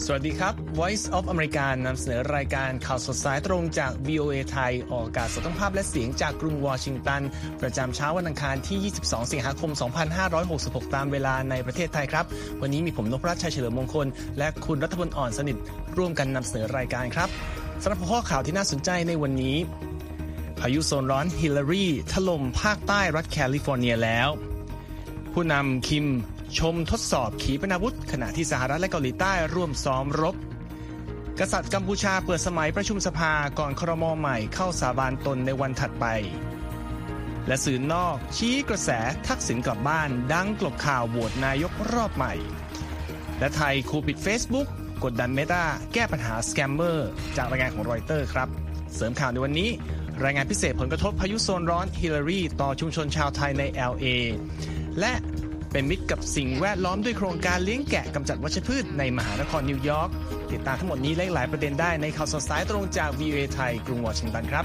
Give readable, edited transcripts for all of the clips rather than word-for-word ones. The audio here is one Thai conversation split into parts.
สวัสดีครับ Voice of America นำเสนอรายการข่าวสดสายตรงจาก VOA ไทยออกอากาศสดทั้งภาพและเสียงจากกรุงวอชิงตันประจำเช้าวันอังคารที่ 22 สิงหาคม 2566 ตามเวลาในประเทศไทยครับวันนี้มีผมนพรัตน์ชัยเฉลิมมงคลและคุณรัฐพลอ่อนสนิทร่วมกันนำเสนอรายการครับสำหรับหัวข้อข่าวที่น่าสนใจในวันนี้พายุโซนร้อนฮิลลารีถล่มภาคใต้รัฐแคลิฟอร์เนียแล้วผู้นำคิมชมทดสอบขีปนาวุธขณะที่สหรัฐและเกาหลีใต้ร่วมซ้อมรบกษัตริย์กัมพูชาเปิดสมัยประชุมสภาก่อนครม.ใหม่เข้าสาบานตนในวันถัดไปและสื่อนอกชี้กระแสทักษิณกลับบ้านดังกลบข่าวโหวตนายกรอบใหม่และไทยขู่ปิด Facebook กดดันเมตาแก้ปัญหาสแกมเมอร์จากรายงานของรอยเตอร์ครับเสริมข่าวในวันนี้รายงานพิเศษผลกระทบพายุโซนร้อนฮิลลารีต่อชุมชนชาวไทยใน LA และเป็นมิตรกับสิ่งแวดล้อมด้วยโครงการเลี้ยงแกะกำจัดวัชพืชในมหานครนิวยอร์กติดตามทั้งหมดนี้และหลายประเด็นได้ในข่าวสดสายตรงจาก VOA ไทยกรุงวอชิงตันครับ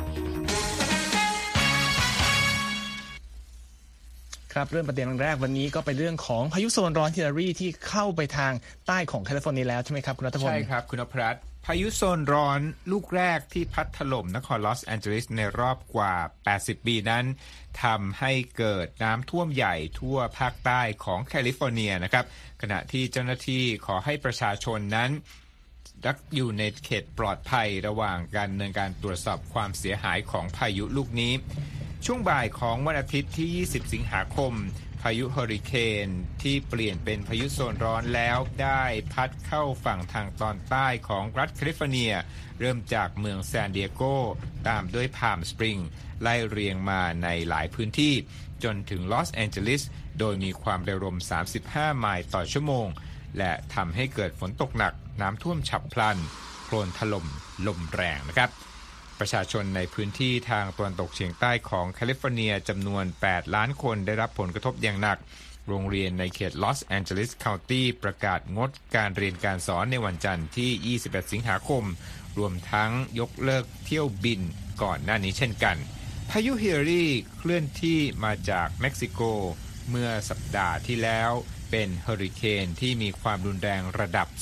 ครับเรื่องประเด็นแรกวันนี้ก็เป็นเรื่องของพายุโซนร้อนฮิลลารีที่เข้าไปทางใต้ของแคลิฟอร์เนียแล้วใช่ไหมครับคุณรัฐพลใช่ครับคุณนพรัตน์พายุโซนร้อนลูกแรกที่พัดถล่มนครลอสแอนเจลิสในรอบกว่า80ปีนั้นทำให้เกิดน้ำท่วมใหญ่ทั่วภาคใต้ของแคลิฟอร์เนียนะครับขณะที่เจ้าหน้าที่ขอให้ประชาชนนั้นอยู่ในเขตปลอดภัยระหว่างการดำเนินการตรวจสอบความเสียหายของพายุลูกนี้ช่วงบ่ายของวันอาทิตย์ที่20สิงหาคมพายุเฮอริเคนที่เปลี่ยนเป็นพายุโซนร้อนแล้วได้พัดเข้าฝั่งทางตอนใต้ของรัฐแคลิฟอร์เนียเริ่มจากเมืองซานดิเอโกตามด้วยพาล์มสปริงไล่เรียงมาในหลายพื้นที่จนถึงลอสแอนเจลิสโดยมีความเร็วลม35ไมล์ต่อชั่วโมงและทำให้เกิดฝนตกหนักน้ำท่วมฉับพลันโคลนถล่มลมแรงนะครับประชาชนในพื้นที่ทางตะวันตกเฉียงใต้ของแคลิฟอร์เนียจำนวน8ล้านคนได้รับผลกระทบอย่างหนักโรงเรียนในเขตลอสแอนเจลิสเคานตี้ประกาศงดการเรียนการสอนในวันจันทร์ที่21สิงหาคมรวมทั้งยกเลิกเที่ยวบินก่อนหน้านี้เช่นกันพายุฮิลลารีเคลื่อนที่มาจากเม็กซิโกเมื่อสัปดาห์ที่แล้วเป็นเฮอริเคนที่มีความรุนแรงระดับ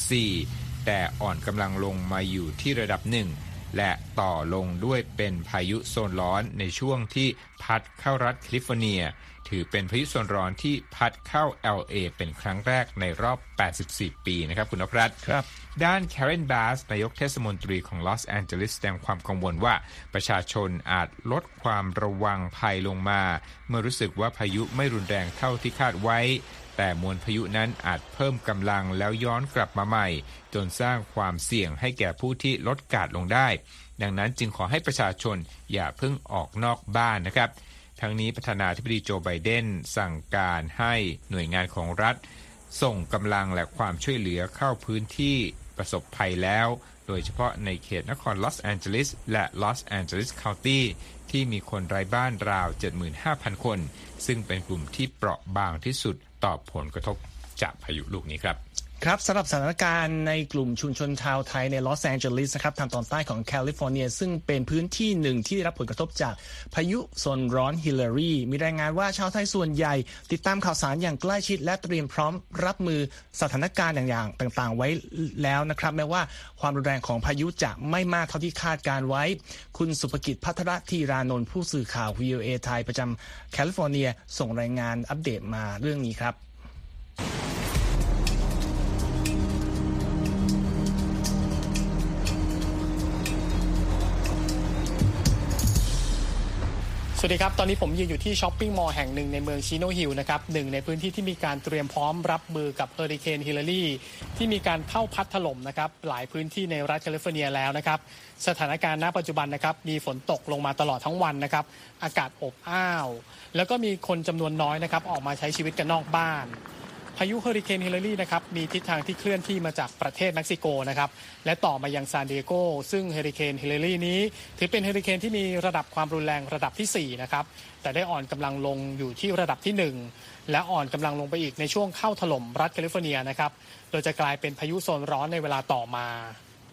4แต่อ่อนกำลังลงมาอยู่ที่ระดับ1และต่อลงด้วยเป็นพายุโซนร้อนในช่วงที่พัดเข้ารัฐแคลิฟอร์เนียถือเป็นพายุโซนร้อนที่พัดเข้า LA เป็นครั้งแรกในรอบ84ปีนะครับคุณนพรัตน์ครับด้านแคเรนบาสนายกเทศมนตรีของลอสแอนเจลิสแสดงความกังวลว่าประชาชนอาจลดความระวังภัยลงมาเมื่อรู้สึกว่าพายุไม่รุนแรงเท่าที่คาดไว้แต่มวลพายุนั้นอาจเพิ่มกำลังแล้วย้อนกลับมาใหม่จนสร้างความเสี่ยงให้แก่ผู้ที่ลดการลงได้ดังนั้นจึงขอให้ประชาชนอย่าเพิ่งออกนอกบ้านนะครับทั้งนี้ประธานาธิบดีโจไบเดนสั่งการให้หน่วยงานของรัฐส่งกำลังและความช่วยเหลือเข้าพื้นที่ประสบภัยแล้วโดยเฉพาะในเขตนครลอสแอนเจลิสและลอสแอนเจลิสเคานตี้ที่มีคนไร้บ้านราว 75,000 คนซึ่งเป็นกลุ่มที่เปราะบางที่สุดต่อผลกระทบจากพายุลูกนี้ครับครับสำหรับสถานการณ์ในกลุ่มชุมชนชาวไทยในลอสแองเจลิสนะครับทางตอนใต้ของแคลิฟอร์เนียซึ่งเป็นพื้นที่หนึ่งที่ได้รับผลกระทบจากพายุโซนร้อนฮิลลารีมีรายงานว่าชาวไทยส่วนใหญ่ติดตามข่าวสารอย่างใกล้ชิดและเตรียมพร้อมรับมือสถานการณ์อย่างต่างๆไว้แล้วนะครับแม้ว่าความรุนแรงของพายุจะไม่มากเท่าที่คาดการไว้คุณสุภกิจภัทรธีรานนท์ผู้สื่อข่าว VOA ไทยประจำแคลิฟอร์เนียส่งรายงานอัปเดตมาเรื่องนี้ครับสวัสดีครับตอนนี้ผมยืนอยู่ที่ช้อปปิ้งมอลล์แห่งหนึ่งในเมืองชิโนฮิลนะครับหนึ่งในพื้นที่ที่มีการเตรียมพร้อมรับมือกับเฮอริเคนฮิลลารีที่มีการเข้าพัดถล่มนะครับหลายพื้นที่ในรัฐแคลิฟอร์เนียแล้วนะครับสถานการณ์ณปัจจุบันนะครับมีฝนตกลงมาตลอดทั้งวันนะครับอากาศอบอ้าวแล้วก็มีคนจำนวนน้อยนะครับออกมาใช้ชีวิตกันนอกบ้านพายุเฮอริเคนฮิลลารีนะครับมีทิศทางที่เคลื่อนที่มาจากประเทศเม็กซิโกนะครับและต่อมายังซานดิเอโกซึ่งเฮอริเคนฮิลลารีนี้ถือเป็นเฮอริเคนที่มีระดับความรุนแรงระดับที่4นะครับแต่ได้อ่อนกำลังลงอยู่ที่ระดับที่1และอ่อนกำลังลงไปอีกในช่วงเข้าถล่มรัฐแคลิฟอร์เนียนะครับโดยจะกลายเป็นพายุโซนร้อนในเวลาต่อมา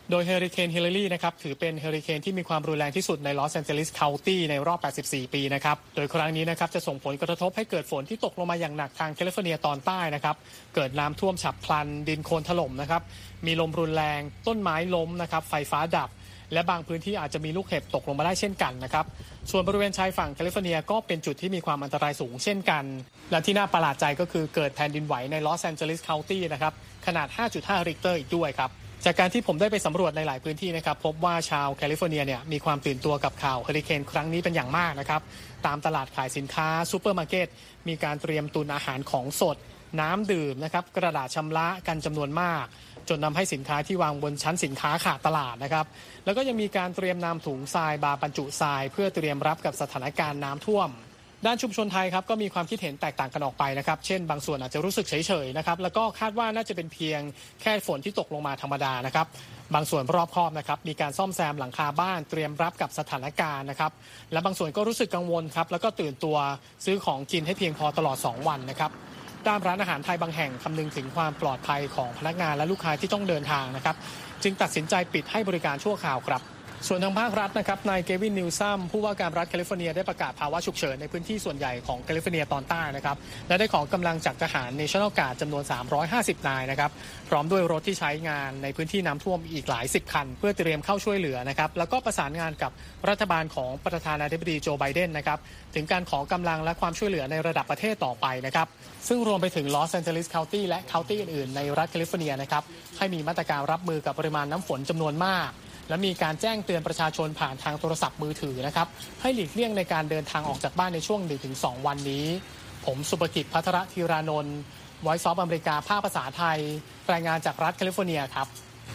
โดยเฮอริเคนฮิลลารีนะครับถือเป็นเฮอริเคนที่มีความรุนแรงที่สุดในลอสแอนเจลิสเคานตี้ในรอบ84 ปีนะครับโดยครั้งนี้นะครับจะส่งผลกระทบให้เกิดฝนที่ตกลงมาอย่างหนักทางแคลิฟอร์เนียตอนใต้นะครับเกิดน้ำท่วมฉับพลันดินโคลนถล่มนะครับมีลมรุนแรงต้นไม้ล้มนะครับไฟฟ้าดับและบางพื้นที่อาจจะมีลูกเห็บตกลงมาได้เช่นกันนะครับส่วนบริเวณชายฝั่งแคลิฟอร์เนียก็เป็นจุดที่มีความอันตรายสูงเช่นกันและที่น่าประหลาดใจก็คือเกิดแผ่นดินไหวในลอสแอนเจลิสเคานตี้นะครับขนาด 5.5 ริกเตอร์อีกด้วยครับจากการที่ผมได้ไปสำรวจในหลายพื้นที่นะครับพบว่าชาวแคลิฟอร์เนียเนี่ยมีความตื่นตัวกับข่าวเฮอริเคนครั้งนี้เป็นอย่างมากนะครับตามตลาดขายสินค้าซูเปอร์มาร์เก็ตมีการเตรียมตุนอาหารของสดน้ำดื่มนะครับกระดาษชำระกันจำนวนมากจนนำให้สินค้าที่วางบนชั้นสินค้าขาดตลาดนะครับแล้วก็ยังมีการเตรียมนำถุงทรายบาร์บรรจุทรายเพื่อเตรียมรับกับสถานการณ์น้ำท่วมด้านชุมชนไทยครับก็มีความคิดเห็นแตกต่างกันออกไปนะครับเช่นบางส่วนอาจจะรู้สึกเฉยๆนะครับแล้วก็คาดว่าน่าจะเป็นเพียงแค่ฝนที่ตกลงมาธรรมดานะครับบางส่วนรอบคอบนะครับมีการซ่อมแซมหลังคาบ้านเตรียมรับกับสถานการณ์นะครับและบางส่วนก็รู้สึกกังวลครับแล้วก็ตื่นตัวซื้อของกินให้เพียงพอตลอด2วันนะครับด้านร้านอาหารไทยบางแห่งคำนึงถึงความปลอดภัยของพนักงานและลูกค้าที่ต้องเดินทางนะครับจึงตัดสินใจปิดให้บริการชั่วคราวครับส่วนทางภาครัฐนะครับนายเกวินนิวซัมผู้ว่าการรัฐแคลิฟอร์เนียได้ประกาศภาวะฉุกเฉินในพื้นที่ส่วนใหญ่ของแคลิฟอร์เนียตอนใต้นะครับและได้ขอกำลังจากทหาร National Guard จำนวน350นายนะครับพร้อมด้วยรถที่ใช้งานในพื้นที่น้ำท่วมอีกหลาย10คันเพื่อเตรียมเข้าช่วยเหลือนะครับแล้วก็ประสานงานกับรัฐบาลของประธานาธิบดีโจไบเดนนะครับถึงการขอกำลังและความช่วยเหลือในระดับประเทศต่อไปนะครับซึ่งรวมไปถึงลอสแอนเจลิสเคานตี้และเคานตี้อื่นๆในรัฐแคลิฟอร์เนียนะครับให้มีมาตรการรับมือกับปริมาณน้ำฝนจำนวนมากและมีการแจ้งเตือนประชาชนผ่านทางโทรศัพท์มือถือนะครับให้หลีกเลี่ยงในการเดินทางออกจากบ้านในช่วง 1-2 วันนี้ผมสุภกิจภัทรธีรานนท์ Voice of America ภาคภาษาไทยรายงานจากรัฐแคลิฟอร์เนียครับ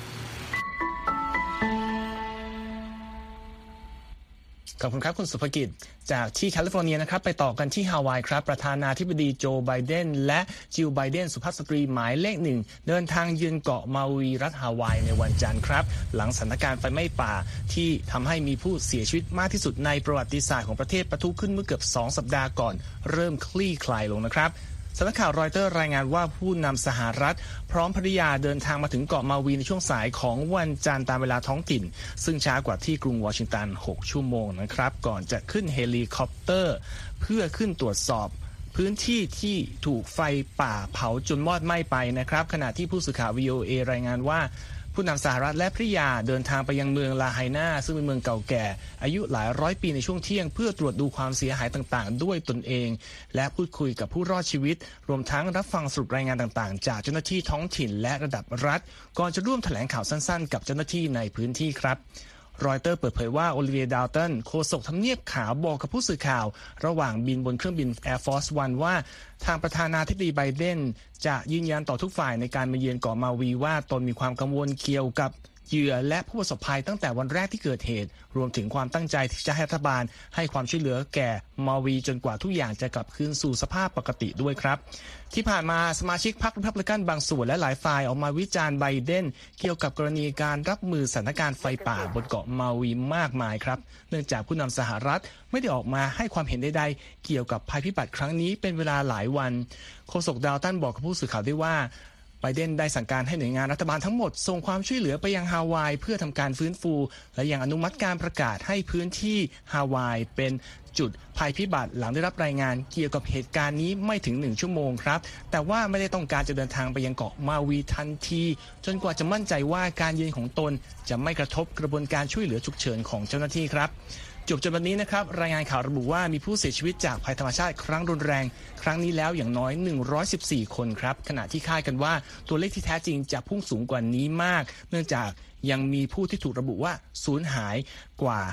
ขอบคุณครับคุณสุภกิจจากที่แคลิฟอร์เนียนะครับไปต่อกันที่ฮาวายครับประธานาธิบดีโจไบเดนและจิลไบเดนสุภาพสตรีหมายเลข1เดินทางเยือนเกาะมาวีรัฐฮาวายในวันจันทร์ครับหลังสถานการณ์ไฟไหม้ป่าที่ทำให้มีผู้เสียชีวิตมากที่สุดในประวัติศาสตร์ของประเทศปะทุขึ้นเมื่อเกือบ2สัปดาห์ก่อนเริ่มคลี่คลายลงนะครับสำนักข่าวรอยเตอร์รายงานว่าผู้นำสหรัฐพร้อมภริยาเดินทางมาถึงเกาะมาวีในช่วงสายของวันจันทร์ตามเวลาท้องถิ่นซึ่งช้ากว่าที่กรุงวอชิงตัน6ชั่วโมงนะครับก่อนจะขึ้นเฮลิคอปเตอร์เพื่อขึ้นตรวจสอบพื้นที่ที่ถูกไฟป่าเผาจนมอดไหม้ไปนะครับขณะที่ผู้สื่อข่าว VOA รายงานว่าผู้นำสหรัฐและภริยาเดินทางไปยังเมืองลาไฮนาซึ่งเป็นเมืองเก่าแก่อายุหลายร้อยปีในช่วงเที่ยงเพื่อตรวจดูความเสียหายต่างๆด้วยตนเองและพูดคุยกับผู้รอดชีวิตรวมทั้งรับฟังสรุปรายงานต่างๆจากเจ้าหน้าที่ท้องถิ่นและระดับรัฐก่อนจะร่วมแถลงข่าวสั้นๆกับเจ้าหน้าที่ในพื้นที่ครับรอยเตอร์เปิดเผยว่าโอลิเวียดาวตันโฆษกทำเนียบขาวบอกกับผู้สื่อข่าวระหว่างบินบนเครื่องบิน Air Force One ว่าทางประธานาธิบดีไบเดนจะยืนยันต่อทุกฝ่ายในการมาเยือนเกาะมาวีว่าตนมีความกังวลเกี่ยวกับเหยื่อและผู้ประสบภัยตั้งแต่วันแรกที่เกิดเหตุรวมถึงความตั้งใจที่จะให้รัฐบาลให้ความช่วยเหลือแก่มาวีจนกว่าทุกอย่างจะกลับคืนสู่สภาพปกติด้วยครับที่ผ่านมาสมาชิกพรรครีพับลิกันบางส่วนและหลายฝ่ายออกมาวิจารณ์ไบเดนเกี่ยวกับกรณีการรับมือสถานการณ์ไฟป่าบนเกาะมาวีมากมายครับเนื่องจากผู้นำสหรัฐไม่ได้ออกมาให้ความเห็นใดๆเกี่ยวกับภัยพิบัติครั้งนี้เป็นเวลาหลายวันโฆษกดาวตันบอกกับผู้สื่อข่าวได้ว่าไบเดนได้สั่งการให้หน่วยงานรัฐบาลทั้งหมดส่งความช่วยเหลือไปยังฮาวายเพื่อทำการฟื้นฟูและยังอนุมัติการประกาศให้พื้นที่ฮาวายเป็นจุดภัยพิบัติหลังได้รับรายงานเกี่ยวกับเหตุการณ์นี้ไม่ถึง1ชั่วโมงครับแต่ว่าไม่ได้ต้องการจะเดินทางไปยังเกาะมาวีทันทีจนกว่าจะมั่นใจว่าการยืนของตนจะไม่กระทบกระบวนการช่วยเหลือฉุกเฉินของเจ้าหน้าที่ครับจนวันนี้นะครับรายงานข่าวระบุว่ามีผู้เสียชีวิตจากภัยธรรมชาติครั้งรุนแรงครั้งนี้แล้วอย่างน้อย114คนครับขณะที่คาดกันว่าตัวเลขที่แท้จริงจะพุ่งสูงกว่านี้มากเนื่องจากยังมีผู้ที่ถูกระบุว่าสูญหายกว่า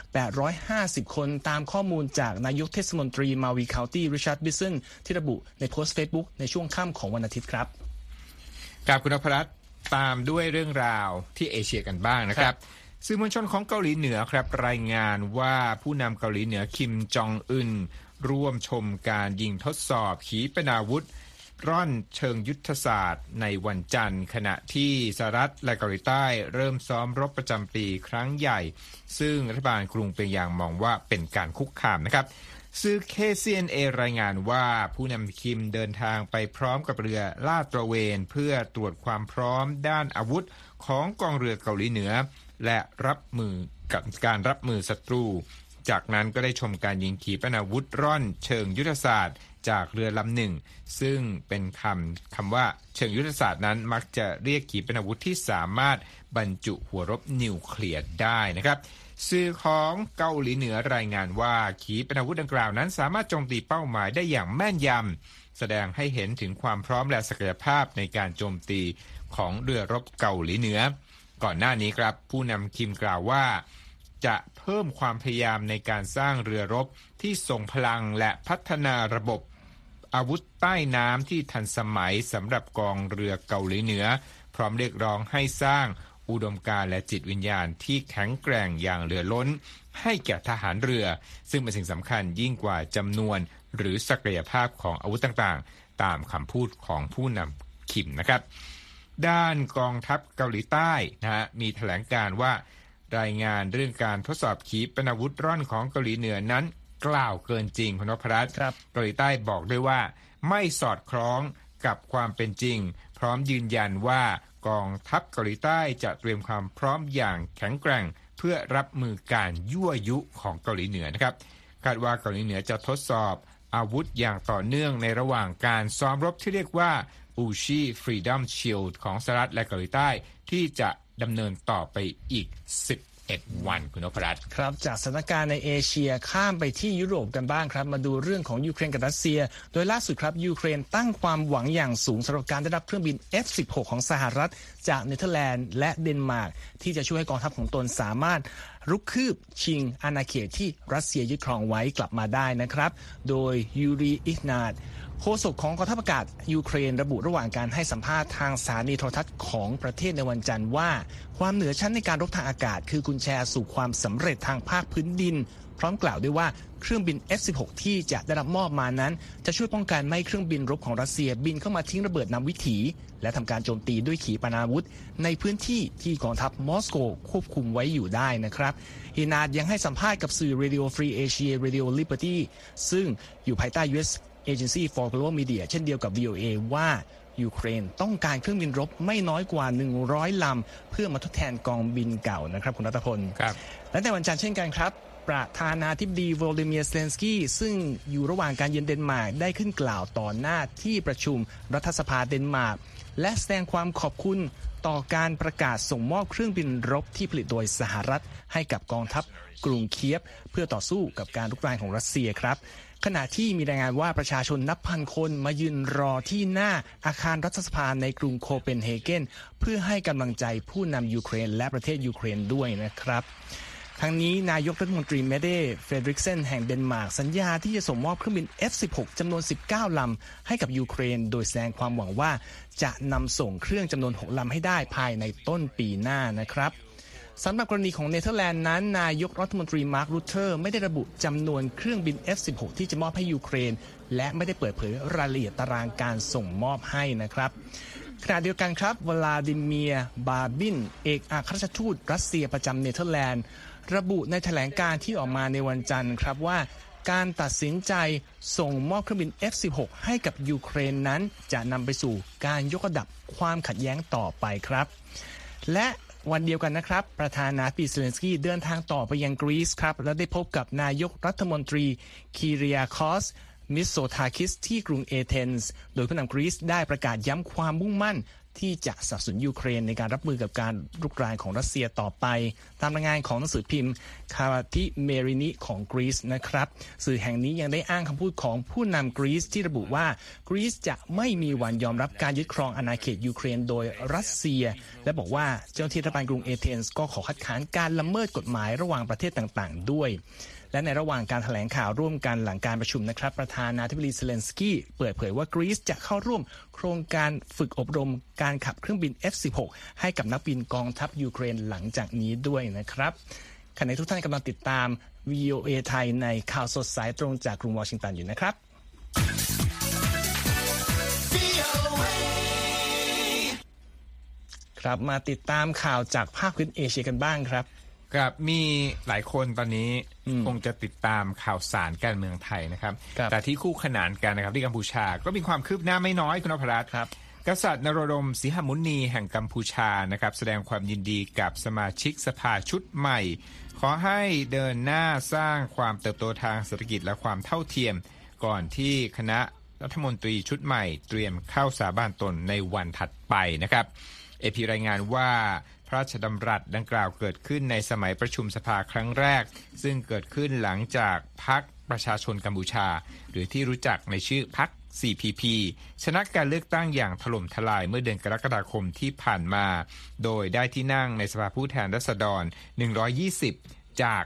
850คนตามข้อมูลจากนายกเทศมนตรีมาวีเคานตี้ริชาร์ดบิสซันที่ระบุในโพสต์ Facebook ในช่วงค่ำของวันอาทิตย์ครับกับคุณนพรัตน์ตามด้วยเรื่องราวที่เอเชียกันบ้างนะครับสื่อมวลชนของเกาหลีเหนือครับรายงานว่าผู้นำเกาหลีเหนือคิมจองอึนร่วมชมการยิงทดสอบขีปนาวุธร่อนเชิงยุทธศาสตร์ในวันจันทร์ขณะที่สหรัฐและเกาหลีใต้เริ่มซ้อมรบประจำปีครั้งใหญ่ซึ่งรัฐบาลกรุงเปียงยางมองว่าเป็นการคุกคามนะครับสื่อ KCNA รายงานว่าผู้นำคิมเดินทางไปพร้อมกับเรือลาดตระเวนเพื่อตรวจความพร้อมด้านอาวุธของกองเรือเกาหลีเหนือและรับมือกับการรับมือศัตรูจากนั้นก็ได้ชมการยิงขีปนาวุธร่อนเชิงยุทธศาสตร์จากเรือลำหนึ่งซึ่งเป็นคำว่าเชิงยุทธศาสตร์นั้นมักจะเรียกขีปนาวุธที่สามารถบรรจุหัวรบนิวเคลียร์ได้นะครับสื่อของเกาหลีเหนือรายงานว่าขีปนาวุธดังกล่าวนั้นสามารถโจมตีเป้าหมายได้อย่างแม่นยำแสดงให้เห็นถึงความพร้อมและศักยภาพในการโจมตีของเรือรบเกาหลีเหนือก่อนหน้านี้ครับผู้นำคิมกล่าวว่าจะเพิ่มความพยายามในการสร้างเรือรบที่ทรงพลังและพัฒนาระบบอาวุธใต้น้ำที่ทันสมัยสำหรับกองเรือเกาหลีเหนือพร้อมเรียกร้องให้สร้างอุดมการณ์และจิตวิญญาณที่แข็งแกร่งอย่างเหลือล้นให้แก่ทหารเรือซึ่งเป็นสิ่งสำคัญยิ่งกว่าจำนวนหรือศักยภาพของอาวุธต่างๆตามคำพูดของผู้นำคิมนะครับด้านกองทัพเกาหลีใต้มีแถลงการว่ารายงานเรื่องการทดสอบขีปนาวุธร่อนของเกาหลีเหนือนั้นกล่าวเกินจริงคุณนพรัตน์เกาหลีใต้บอกด้วยว่าไม่สอดคล้องกับความเป็นจริงพร้อมยืนยันว่ากองทัพเกาหลีใต้จะเตรียมความพร้อมอย่างแข็งแกร่งเพื่อรับมือการยั่วยุของเกาหลีเหนือนะครับคาดว่าเกาหลีเหนือจะทดสอบอาวุธอย่างต่อเนื่องในระหว่างการซ้อมรบที่เรียกว่าอูชีฟรีดอมชิลด์ของสหรัฐและเกาหลีใต้ที่จะดำเนินต่อไปอีก11 วันคุณนพรัตน์ครับจากสถานการณ์ในเอเชียข้ามไปที่ยุโรปกันบ้างครับมาดูเรื่องของยูเครนกับรัสเซียโดยล่าสุดครับยูเครนตั้งความหวังอย่างสูงสำหรับการได้รับเครื่องบิน F-16 ของสหรัฐจากเนเธอร์แลนด์และเดนมาร์กที่จะช่วยให้กองทัพของตนสามารถรุกคืบชิงอาณาเขตที่รัสเซียยึดครองไว้กลับมาได้นะครับโดยยูรีอิกนาดโฆษกของกองทัพอากาศยูเครนระบุระหว่างการให้สัมภาษณ์ทางสถานีโทรทัศน์ของประเทศในวันจันทร์ว่าความเหนือชั้นในการรบทางอากาศคือกุญแจสู่ความสำเร็จทางภาคพื้นดินพร้อมกล่าวด้วยว่าเครื่องบิน F-16 ที่จะได้รับมอบมานั้นจะช่วยป้องกันไม่ให้เครื่องบินรบของรัสเซียบินเข้ามาทิ้งระเบิดนำวิถีและทำการโจมตีด้วยขีปนาวุธในพื้นที่ที่กองทัพมอสโกควบคุมไว้อยู่ได้นะครับฮินาดยังให้สัมภาษณ์กับสื่อ Radio Free Asia Radio Liberty ซึ่งอยู่ภายใต้ US Agency for Global Media เช่นเดียวกับ VOA ว่ายูเครนต้องการเครื่องบินรบไม่น้อยกว่า100 ลำเพื่อมาทดแทนกองบินเก่านะครับคุณรัตพลครับและในวันจันทร์เช่นกันครับประธานาธิบดีโวโลดิเมียร์เซเลนสกี้ซึ่งอยู่ระหว่างการเยือนเดนมาร์กได้ขึ้นกล่าวต่อหน้าที่ประชุมรัฐสภาเดนมาร์กและแสดงความขอบคุณต่อการประกาศส่งมอบเครื่องบินรบที่ผลิตโดยสหรัฐให้กับกองทัพกรุงเคียฟเพื่อต่อสู้กับการรุกรานของรัสเซียครับขณะที่มีรายงานว่าประชาชนนับพันคนมายืนรอที่หน้าอาคารรัฐสภาในกรุงโคเปนเฮเกนเพื่อให้กำลังใจผู้นำยูเครนและประเทศยูเครนด้วยนะครับทั้งนี้นายกรัฐมนตรีเมเดเฟรดริกเซนแห่งเดนมาร์กสัญญาที่จะส่งมอบเครื่องบิน F-16 จำนวน19 ลำให้กับยูเครนโดยแสดงความหวังว่าจะนำส่งเครื่องจำนวน6 ลำให้ได้ภายในต้นปีหน้านะครับสำหรับกรณีของเนเธอร์แลนด์นั้นนายกรัฐมนตรีมาร์ครูเทอร์ไม่ได้ระบุจำนวนเครื่องบิน F-16 ที่จะมอบให้ยูเครนและไม่ได้เปิดเผยรายละเอียดตารางการส่งมอบให้นะครับขณะเดียวกันครับวลาดิเมียร์บาบินเอกอัครราชทูตรัสเซียประจำเนเธอร์แลนด์ระบุในแถลงการที่ออกมาในวันจันทร์ครับว่าการตัดสินใจส่งมอบเครื่องบิน F-16 ให้กับยูเครนนั้นจะนำไปสู่การยกระดับความขัดแย้งต่อไปครับและวันเดียวกันนะครับประธานาธิบดีเซเลนสกี้เดินทางต่อไปยังกรีซครับและได้พบกับนายกรัฐมนตรีคีเรียคอสมิโซทาคิสที่กรุงเอเธนส์โดยผู้นำกรีซได้ประกาศย้ำความมุ่งมั่นที่จะสนับสนุนยูเครนในการรับมือกับการรุกรานของรัสเซียต่อไปตามรายงานของหนังสือพิมพ์คาราติเมรินิของกรีซนะครับสื่อแห่งนี้ยังได้อ้างคำพูดของผู้นำกรีซที่ระบุว่ากรีซจะไม่มีวันยอมรับการยึดครองอาณาเขตยูเครนโดยรัสเซียและบอกว่าเจ้าหน้าที่รัฐบาลกรุงเอเธนส์ก็ขอคัดค้านการละเมิดกฎหมายระหว่างประเทศต่างๆด้วยและในระหว่างการแถลงข่าวร่วมกันหลังการประชุมนะครับประธานาธิบดีเซเลนสกี้เปิดเผยว่ากรีซจะเข้าร่วมโครงการฝึกอบรมการขับเครื่องบิน F-16 ให้กับนักบินกองทัพยูเครนหลังจากนี้ด้วยนะครับขณะที่ทุกท่านกำลังติดตาม VOA ไทยในข่าวสดสายตรงจากกรุงวอชิงตันอยู่นะครับครับมาติดตามข่าวจากภาคพื้นเอเชียกันบ้างครับครับมีหลายคนตอนนี้คงจะติดตามข่าวสารการเมืองไทยนะครับแต่ที่คู่ขนานกันนะครับที่กัมพูชาก็มีความคืบหน้าไม่น้อยคุณนพรัตน์ครับกษัตริย์นโรดมสิหมุนีแห่งกัมพูชานะครับแสดงความยินดีกับสมาชิกสภาชุดใหม่ขอให้เดินหน้าสร้างความเติบโตทางเศรษฐกิจและความเท่าเทียมก่อนที่คณะรัฐมนตรีชุดใหม่เตรียมเข้าสาบานตนในวันถัดไปนะครับAPรายงานว่าพระราชดำรัสดังกล่าวเกิดขึ้นในสมัยประชุมสภาครั้งแรกซึ่งเกิดขึ้นหลังจากพรรคประชาชนกัมพูชาหรือที่รู้จักในชื่อพรรค CPP ชนะการเลือกตั้งอย่างถล่มทลายเมื่อเดือนกรกฎาคมที่ผ่านมาโดยได้ที่นั่งในสภาผู้แทนราษฎร120จาก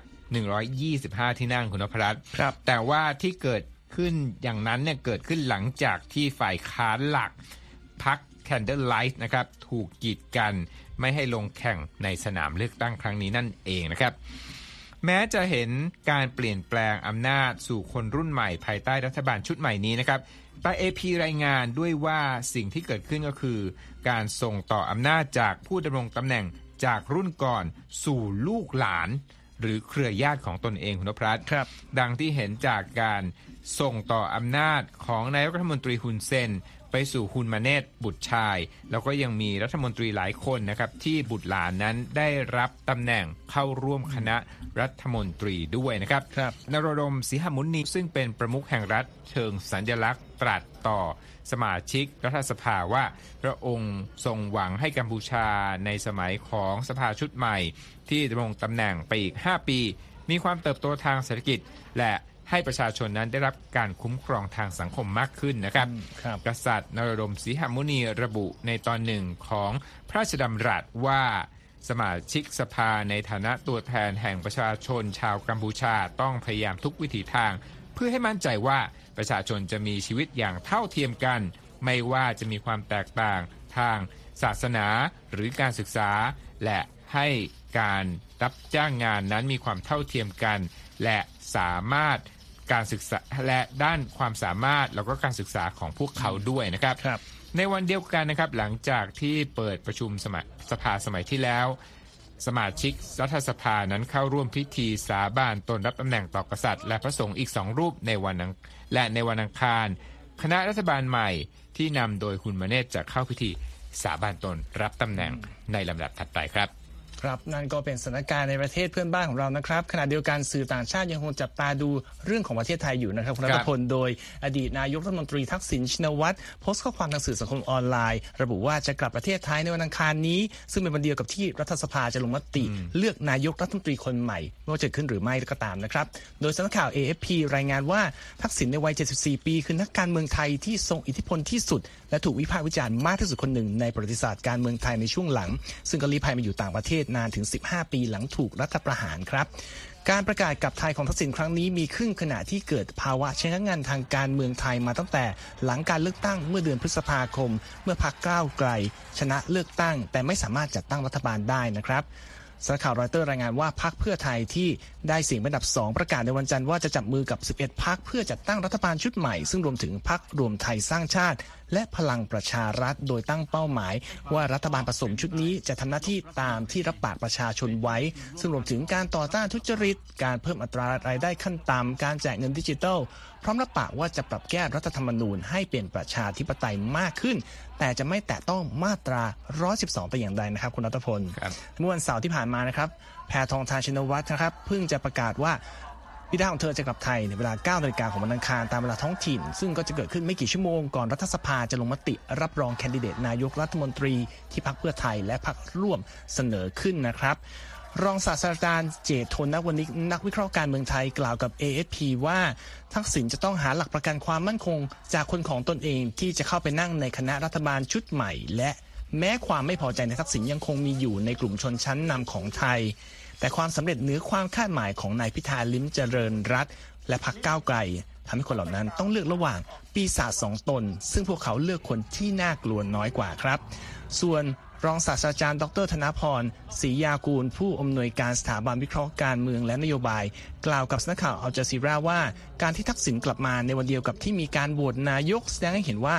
125ที่นั่งคุณนพรัตน์แต่ว่าที่เกิดขึ้นอย่างนั้นเนี่ยเกิดขึ้นหลังจากที่ฝ่ายค้านหลักพรรค Candlelight นะครับถูกกีดกันไม่ให้ลงแข่งในสนามเลือกตั้งครั้งนี้นั่นเองนะครับแม้จะเห็นการเปลี่ยนแปลงอำนาจสู่คนรุ่นใหม่ภายใต้รัฐบาลชุดใหม่นี้นะครับแต่ AP รายงานด้วยว่าสิ่งที่เกิดขึ้นก็คือการส่งต่ออำนาจจากผู้ดำรงตำแหน่งจากรุ่นก่อนสู่ลูกหลานหรือเครือญาติของตนเองคุณนพรัตน์ดังที่เห็นจากการส่งต่ออำนาจของนายกรัฐมนตรีฮุนเซนไปสู่ฮุนมาเนตบุตรชายแล้วก็ยังมีรัฐมนตรีหลายคนนะครับที่บุตรหลานนั้นได้รับตำแหน่งเข้าร่วมคณะรัฐมนตรีด้วยนะครับนโรดมสิหมุนีซึ่งเป็นประมุขแห่งรัฐเชิงสัญลักษณ์ตรัสต่อสมาชิกรัฐสภาว่าพระองค์ทรงหวังให้กัมพูชาในสมัยของสภาชุดใหม่ที่ดำรงตำแหน่งไปอีก5ปีมีความเติบโตทางเศรษฐกิจและให้ประชาชนนั้นได้รับการคุ้มครองทางสังคมมากขึ้นนะครับกษัตริย์นโรดมสิหมุนีระบุในตอนหนึ่งของพระราชดำรัสว่าสมาชิกสภาในฐานะตัวแทนแห่งประชาชนชาวกัมพูชาต้องพยายามทุกวิถีทางเพื่อให้มั่นใจว่าประชาชนจะมีชีวิตอย่างเท่าเทียมกันไม่ว่าจะมีความแตกต่างทางศาสนาหรือการศึกษาและให้การรับจ้างงานนั้นมีความเท่าเทียมกันและสามารถการศึกษาและด้านความสามารถแล้วก็การศึกษาของพวกเขาด้วยนะครับในวันเดียวกันนะครับหลังจากที่เปิดประชุมสภาสมัยที่แล้วสมาชิกรัฐสภานั้นเข้าร่วมพิธีสาบานตนรับตำแหน่งต่อกษัตริย์และพระสงฆ์อีก2รูปในวันอังคารคณะรัฐบาลใหม่ที่นำโดยฮุนมาเนตจะเข้าพิธีสาบานตนรับตำแหน่งในลำดับถัดไปครับนั่นก็เป็นสถานการณ์ในประเทศเพื่อนบ้านของเรานะครับขณะเดียวกันสื่อต่างชาติยังคงจับตาดูเรื่องของประเทศไทยอยู่นะครับคุณรัตพลโดยอดีตนายกรัฐมนตรีทักษิณชินวัตรโพสต์ข้อความทางสื่อสังคมออนไลน์ระบุว่าจะกลับประเทศไทยในวันอังคารนี้ซึ่งเป็นวันเดียวกับที่รัฐสภาจะลงมติเลือกนายกรัฐมนตรีคนใหม่ไม่ว่าจะขึ้นหรือไม่ก็ตามนะครับโดยสำนักข่าว AFP รายงานว่าทักษิณในวัย74ปีคือนักการเมืองไทยที่ทรงอิทธิพลที่สุดและถูกวิพากษ์วิจารณ์มากที่สุดคนหนึ่งในประวัติศาสตร์การเมืองไทยในช่วงหลังซึ่งก็ลี้ภัยมาอยู่ต่างประเทศนานถึง15ปีหลังถูกรัฐประหารครับการประกาศกลับไทยของทักษิณครั้งนี้มีขึ้นขณะที่เกิดภาวะชะงักงันทางการเมืองไทยมาตั้งแต่หลังการเลือกตั้งเมื่อเดือนพฤษภาคมเมื่อพรรคก้าวไกลชนะเลือกตั้งแต่ไม่สามารถจัดตั้งรัฐบาลได้นะครับสำนักข่าวรอยเตอร์รายงานว่าพรรคเพื่อไทยที่ได้เสียงเป็นอันดับ2ประกาศในวันจันทร์ว่าจะจับมือกับ11พรรคเพื่อจัดตั้งรัฐบาลชุดใหม่ซึ่งรวมถึงพรรครวมไทยสร้างชาติและพลังประชารัฐโดยตั้งเป้าหมายว่ารัฐบาลผสมชุดนี้จะทำหน้าที่ตามที่รับปากประชาชนไว้ซึ่งรวมถึงการต่อต้านทุจริตการเพิ่มอัตรารายได้ขั้นต่ำการแจกเงินดิจิทัลพร้อมรับปากว่าจะปรับแก้รัฐธรรมนูญให้เป็นประชาธิปไตยมากขึ้นแต่จะไม่แตะต้องมาตรา112แต่อย่างใดนะครับคุณรัตพลเมื่อวันเสาร์ที่ผ่านมานะครับแพทองธารชินวัตรนะครับเพิ่งจะประกาศว่าบิดาของเธอจะกลับไทยในเวลา 9 นาฬิกาของวันอังคารตามเวลาท้องถิ่นซึ่งก็จะเกิดขึ้นไม่กี่ชั่วโมงก่อนรัฐสภาจะลงมติรับรองแคนดิเดตนายกรัฐมนตรีที่พรรคเพื่อไทยและพรรคร่วมเสนอขึ้นนะครับรองศาสตราจารย์เจต โทนวณิกนักวิเคราะห์การเมืองไทยกล่าวกับ AFP ว่าทักษิณจะต้องหาหลักประกันความมั่นคงจากคนของตนเองที่จะเข้าไปนั่งในคณะรัฐบาลชุดใหม่และแม้ความไม่พอใจในทักษิณยังคงมีอยู่ในกลุ่มชนชั้นนำของไทยแต่ความสำเร็จเหนือความคาดหมายของนายพิธาลิ้มเจริญรัตน์และพรรคก้าวไกลทำให้คนเหล่านั้นต้องเลือกระหว่างปีศาจ2ตนซึ่งพวกเขาเลือกคนที่น่ากลัวน้อยกว่าครับส่วนรองศาสตราจารย์ดร.ธนพรศรียากูลผู้อำนวยการสถาบันวิเคราะห์การเมืองและนโยบายกล่าวกับสำนักข่าวอัลจาซีราว่าการที่ทักษิณกลับมาในวันเดียวกับที่มีการโหวตนายกแสดงให้เห็นว่า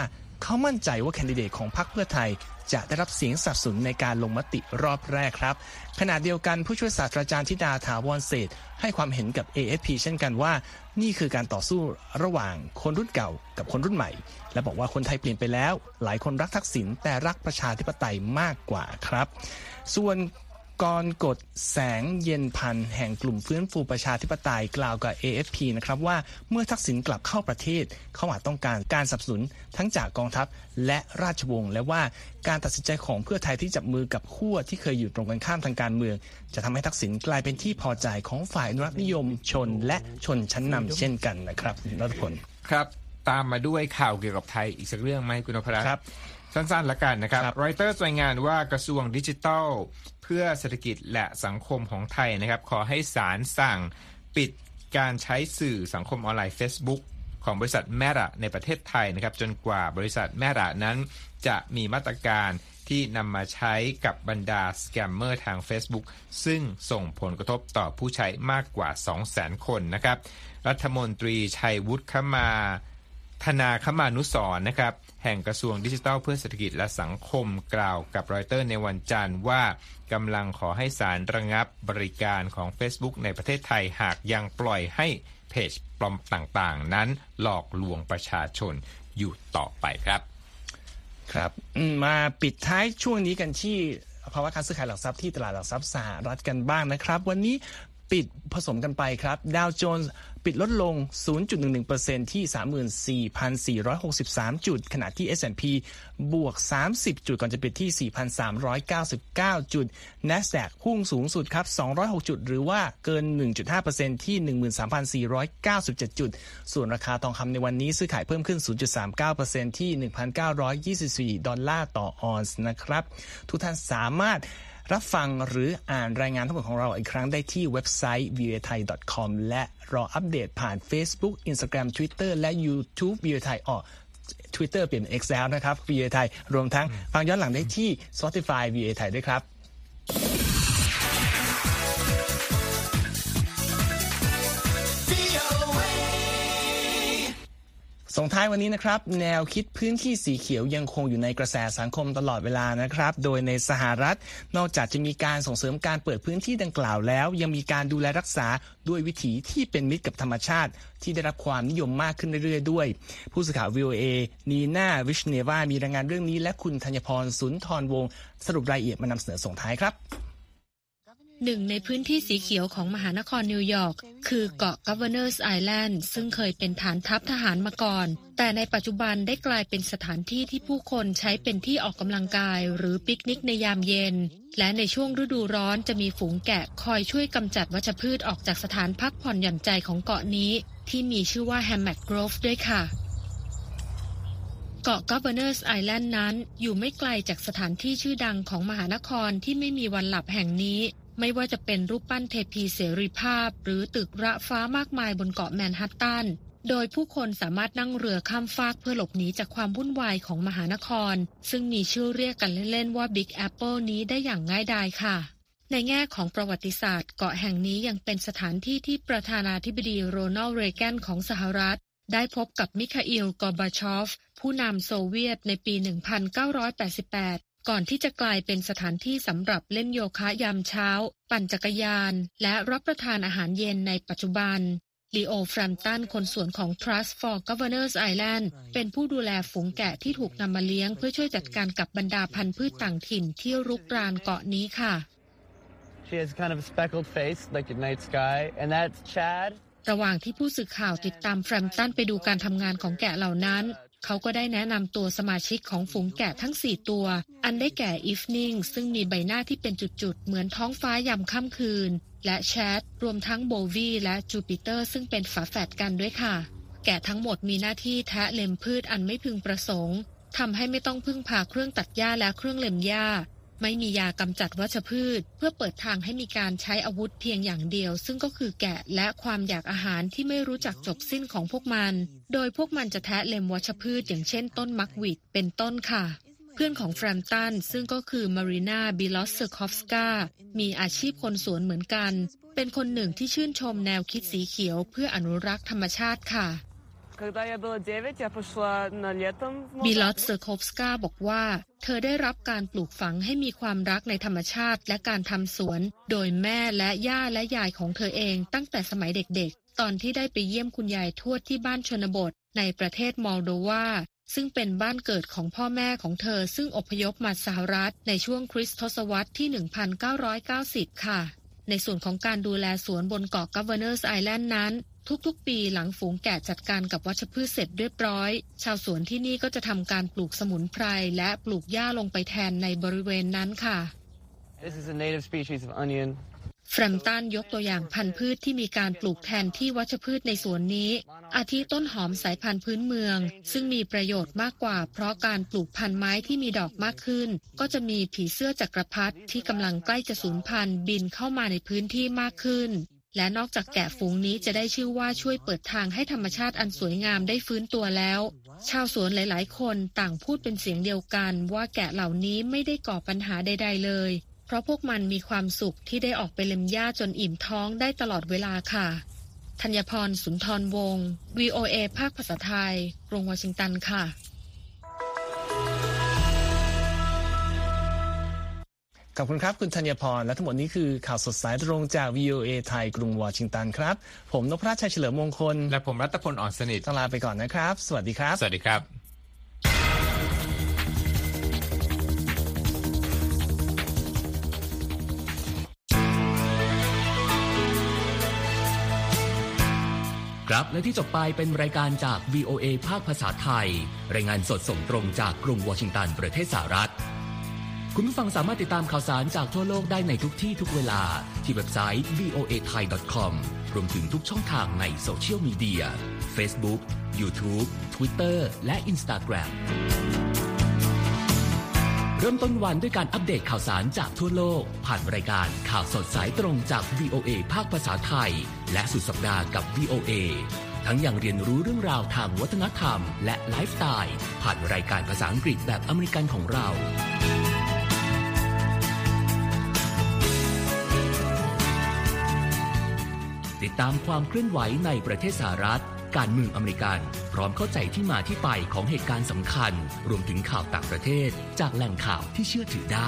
เขามั่นใจว่าแคนดิเดตของพรรคเพื่อไทยจะได้รับเสียงสนับสนุนในการลงมติรอบแรกครับขณะเดียวกันผู้ช่วยศาสตราจารย์ธิดาถาวรเศรษฐ์ให้ความเห็นกับ AFP เช่นกันว่านี่คือการต่อสู้ระหว่างคนรุ่นเก่ากับคนรุ่นใหม่และบอกว่าคนไทยเปลี่ยนไปแล้วหลายคนรักทักษิณแต่รักประชาธิปไตยมากกว่าครับส่วนกรกฎแสงเย็นพันธ์แห่งกลุ่มฟื้นฟูประชาธิปไตยกล่าวกับ AFP นะครับว่าเมื่อทักษิณกลับเข้าประเทศเขาอาจต้องการการสนับสนุนทั้งจากกองทัพและราชวงศ์และว่าการตัดสินใจของเพื่อไทยที่จับมือกับขั้วที่เคยอยู่ตรงกันข้ามทางการเมืองจะทำให้ทักษิณกลายเป็นที่พอใจของฝ่ายอนุรักษนิยมชนและชนชั้นนำเช่นกันนะครับรัฐพลครับตามมาด้วยข่าวเกี่ยวกับไทยอีกสักเรื่องไหมคุณนพรัตน์ครับสั้นๆละกันนะครับรอยเตอร์รายงานว่ากระทรวงดิจิทัลเพื่อเศรษฐกิจและสังคมของไทยนะครับขอให้ศาลสั่งปิดการใช้สื่อสังคมออนไลน์ Facebook ของบริษัท Meta ในประเทศไทยนะครับจนกว่าบริษัท Meta นั้นจะมีมาตรการที่นำมาใช้กับบรรดาสแกมเมอร์ทาง Facebook ซึ่งส่งผลกระทบต่อผู้ใช้มากกว่า 200,000 คนนะครับรัฐมนตรีชัยวุฒิธนาคมานุสรณ์นะครับแห่งกระทรวงดิจิทัลเพื่อเศรษฐกิจและสังคมกล่าวกับรอยเตอร์ในวันจันทร์ว่ากำลังขอให้ศาลระงับบริการของ Facebook ในประเทศไทยหากยังปล่อยให้เพจปลอมต่างๆนั้นหลอกลวงประชาชนอยู่ต่อไปครับครับมาปิดท้ายช่วงนี้กันที่ภาวะการซื้อขายหลักทรัพย์ที่ตลาดหลักทรัพย์สหรัฐกันบ้างนะครับวันนี้ปิดผสมกันไปครับดาวโจนส์ปิดลดลง 0.11% ที่ 34,463 จุดขณะที่ S&P บวก30จุดก่อนจะปิดที่ 4,399 จุด NASDAQ พุ่งสูงสุดครับ206จุดหรือว่าเกิน 1.5% ที่ 13,497 จุดส่วนราคาทองคำในวันนี้ซื้อขายเพิ่มขึ้น 0.39% ที่ 1,924 ดอลลาร์ต่อออนซ์นะครับทุกท่านสามารถรับฟังหรืออ่านรายงานทั้งหมดของเราอีกครั้งได้ที่เว็บไซต์ voathai.com และรออัปเดตผ่าน Facebook Instagram Twitter และ YouTube voathai Twitter เปลี่ยน X แล้วนะครับ voathai รวมทั้งฟังย้อนหลังได้ที่ Spotify voathai ด้วยครับส่งท้ายวันนี้นะครับแนวคิดพื้นที่สีเขียวยังคงอยู่ในกระแสสังคมตลอดเวลานะครับโดยในสหรัฐนอกจากจะมีการส่งเสริมการเปิดพื้นที่ดังกล่าวแล้วยังมีการดูแลรักษาด้วยวิถีที่เป็นมิตรกับธรรมชาติที่ได้รับความนิยมมากขึ้นเรื่อยๆด้วยผู้สื่อข่าว VOA นีน่าวิชเนวามีรายงานเรื่องนี้และคุณธัญพรสุนทรวงศ์สรุปรายละเอียดมานำเสนอส่งท้ายครับหนึ่งในพื้นที่สีเขียวของมหานครนิวยอร์กคือเกาะ Governor's Island ซึ่งเคยเป็นฐานทัพทหารมาก่อนแต่ในปัจจุบันได้กลายเป็นสถานที่ที่ผู้คนใช้เป็นที่ออกกำลังกายหรือปิกนิกในยามเย็นและในช่วงฤดูร้อนจะมีฝูงแกะคอยช่วยกำจัดวัชพืชออกจากสถานพักผ่อนหย่อนใจของเกาะนี้ที่มีชื่อว่า Hammock Grove ด้วยค่ะเกาะ Governor's Island นั้นอยู่ไม่ไกลจากสถานที่ชื่อดังของมหานครที่ไม่มีวันหลับแห่งนี้ไม่ว่าจะเป็นรูปปั้นเทพีเสรีภาพหรือตึกระฟ้ามากมายบนเกาะแมนฮัตตันโดยผู้คนสามารถนั่งเรือข้ามฟากเพื่อหลบหนีจากความวุ่นวายของมหานครซึ่งมีชื่อเรียกกันเล่นๆว่า Big Apple นี้ได้อย่างง่ายดายค่ะในแง่ของประวัติศาสตร์เกาะแห่งนี้ยังเป็นสถานที่ที่ประธานาธิบดีโรนัลด์ เรแกนของสหรัฐได้พบกับมิคาอิล กอร์บาชอฟผู้นำโซเวียตในปี 1988ก่อนที่จะกลายเป็นสถานที่สำหรับเล่นโยคะยามเช้าปั่นจักรยานและรับประทานอาหารเย็นในปัจจุบันลีโอ แฟรมตันคนสวนของ Trust for Governor's Island เป็นผู้ดูแลฝูงแกะที่ถูกนำมาเลี้ยงเพื่อช่วยจัดการกับบรรดาพันธุ์พืชต่างถิ่นที่รุกรานเกาะนี้ค่ะ She has kind of a speckled face like a night sky and that's Chad ระหว่างที่ผู้สื่อข่าวติดตามแฟรมตันไปดูการทำงานของแกะเหล่านั้นเขาก็ได้แนะนำตัวสมาชิกของฝูงแกะทั้ง4ตัวอันได้แก่อีฟนิงซึ่งมีใบหน้าที่เป็นจุดๆเหมือนท้องฟ้ายามค่ำคืนและแชทรวมทั้งโบวีและจูปิเตอร์ซึ่งเป็นฝาแฝดกันด้วยค่ะแกะทั้งหมดมีหน้าที่แทะเล็มพืชอันไม่พึงประสงค์ทำให้ไม่ต้องพึ่งพาเครื่องตัดหญ้าและเครื่องเล็มหญ้าไม่มียากำจัดวัชพืชเพื่อเปิดทางให้มีการใช้อาวุธเพียงอย่างเดียวซึ่งก็คือแกะและความอยากอาหารที่ไม่รู้จักจบสิ้นของพวกมันโดยพวกมันจะแทะเล็มวัชพืชอย่างเช่นต้นมักหวิดเป็นต้นค่ะเพื่อนของแฟรมตันซึ่งก็คือมารีนาบิลอสเซอร์คอฟสกามีอาชีพคนสวนเหมือนกันเป็นคนหนึ่งที่ชื่นชมแนวคิดสีเขียวเพื่ออนุรักษ์ธรรมชาติค่ะบิลอตเซอร์โคฟสกาบอกว่าเธอได้รับการปลูกฝังให้มีความรักในธรรมชาติและการทำสวนโดยแม่และย่าและยายของเธอเองตั้งแต่สมัยเด็กๆตอนที่ได้ไปเยี่ยมคุณยายทวดที่บ้านชนบทในประเทศมอลโดวาซึ่งเป็นบ้านเกิดของพ่อแม่ของเธอซึ่งอพยพมาสหรัฐในช่วงคริสตศตวรรษที่ 1990 ค่ะในส่วนของการดูแลสวนบนเกาะ Governors Island นั้นทุกๆปีหลังฝูงแกะจัดการกับวัชพืชเสร็จเรียบร้อยชาวสวนที่นี่ก็จะทำการปลูกสมุนไพรและปลูกหญ้าลงไปแทนในบริเวณนั้นค่ะ This is a native species of onion. แฟรมตันยกตัวอย่างพันธุ์พืชที่มีการปลูกแทนที่วัชพืชในสวนนี้อาทิต้นหอมสายพันธุ์พื้นเมืองซึ่งมีประโยชน์มากกว่าเพราะการปลูกพันธุ์ไม้ที่มีดอกมากขึ้นก็จะมีผีเสื้อจักรพรรดิที่กำลังใกล้จะสูญพันธุ์บินเข้ามาในพื้นที่มากขึ้นและนอกจากแกะฝูงนี้จะได้ชื่อว่าช่วยเปิดทางให้ธรรมชาติอันสวยงามได้ฟื้นตัวแล้วชาวสวนหลายๆคนต่างพูดเป็นเสียงเดียวกันว่าแกะเหล่านี้ไม่ได้ก่อปัญหาใดๆเลยเพราะพวกมันมีความสุขที่ได้ออกไปเล็มหญ้าจนอิ่มท้องได้ตลอดเวลาค่ะธัญพรสุนทรวงศ์ VOA ภาคภาษาไทยกรุงวอชิงตันค่ะขอบคุณครับคุณธัญพรและทั้งหมดนี้คือข่าวสดสายตรงจาก VOA ไทยกรุงวอชิงตันครับผมนพรัชชัยเฉลิมมงคลและผมรัตพลอ่อนสนิทต้องลาไปก่อนนะครับสวัสดีครับสวัสดีครับครับและที่จบไปเป็นรายการจาก VOA ภาคภาษาไทยรายงานสดส่งตรงจากกรุงวอชิงตันประเทศสหรัฐคุณผู้ฟังสามารถติดตามข่าวสารจากทั่วโลกได้ในทุกที่ทุกเวลาที่เว็บไซต์ voathai.com รวมถึงทุกช่องทางในโซเชียลมีเดีย Facebook, YouTube, Twitter และ Instagram เริ่มต้นวันด้วยการอัปเดตข่าวสารจากทั่วโลกผ่านรายการข่าวสดสายตรงจาก VOA ภาคภาษาไทยและสุดสัปดาห์กับ VOA ทั้งยังเรียนรู้เรื่องราวทางวัฒนธรรมและไลฟ์สไตล์ผ่านรายการภาษาอังกฤษแบบอเมริกันของเราติดตามความเคลื่อนไหวในประเทศสหรัฐการเมืองอเมริกันพร้อมเข้าใจที่มาที่ไปของเหตุการณ์สำคัญรวมถึงข่าวต่างประเทศจากแหล่งข่าวที่เชื่อถือได้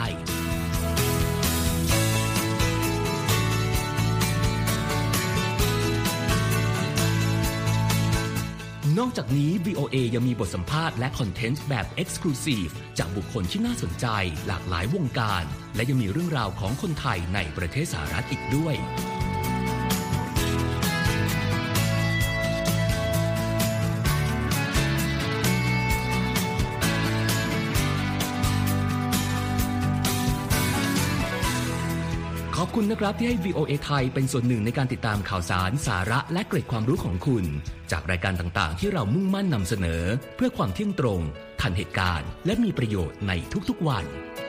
นอกจากนี้ VOA ยังมีบทสัมภาษณ์และคอนเทนต์แบบ Exclusive จากบุคคลที่น่าสนใจหลากหลายวงการและยังมีเรื่องราวของคนไทยในประเทศสหรัฐอีกด้วยขอบคุณนะครับที่ให้ VOA ไทยเป็นส่วนหนึ่งในการติดตามข่าวสารสาระและเกร็ดความรู้ของคุณจากรายการต่างๆที่เรามุ่งมั่นนำเสนอเพื่อความเที่ยงตรงทันเหตุการณ์และมีประโยชน์ในทุกๆวัน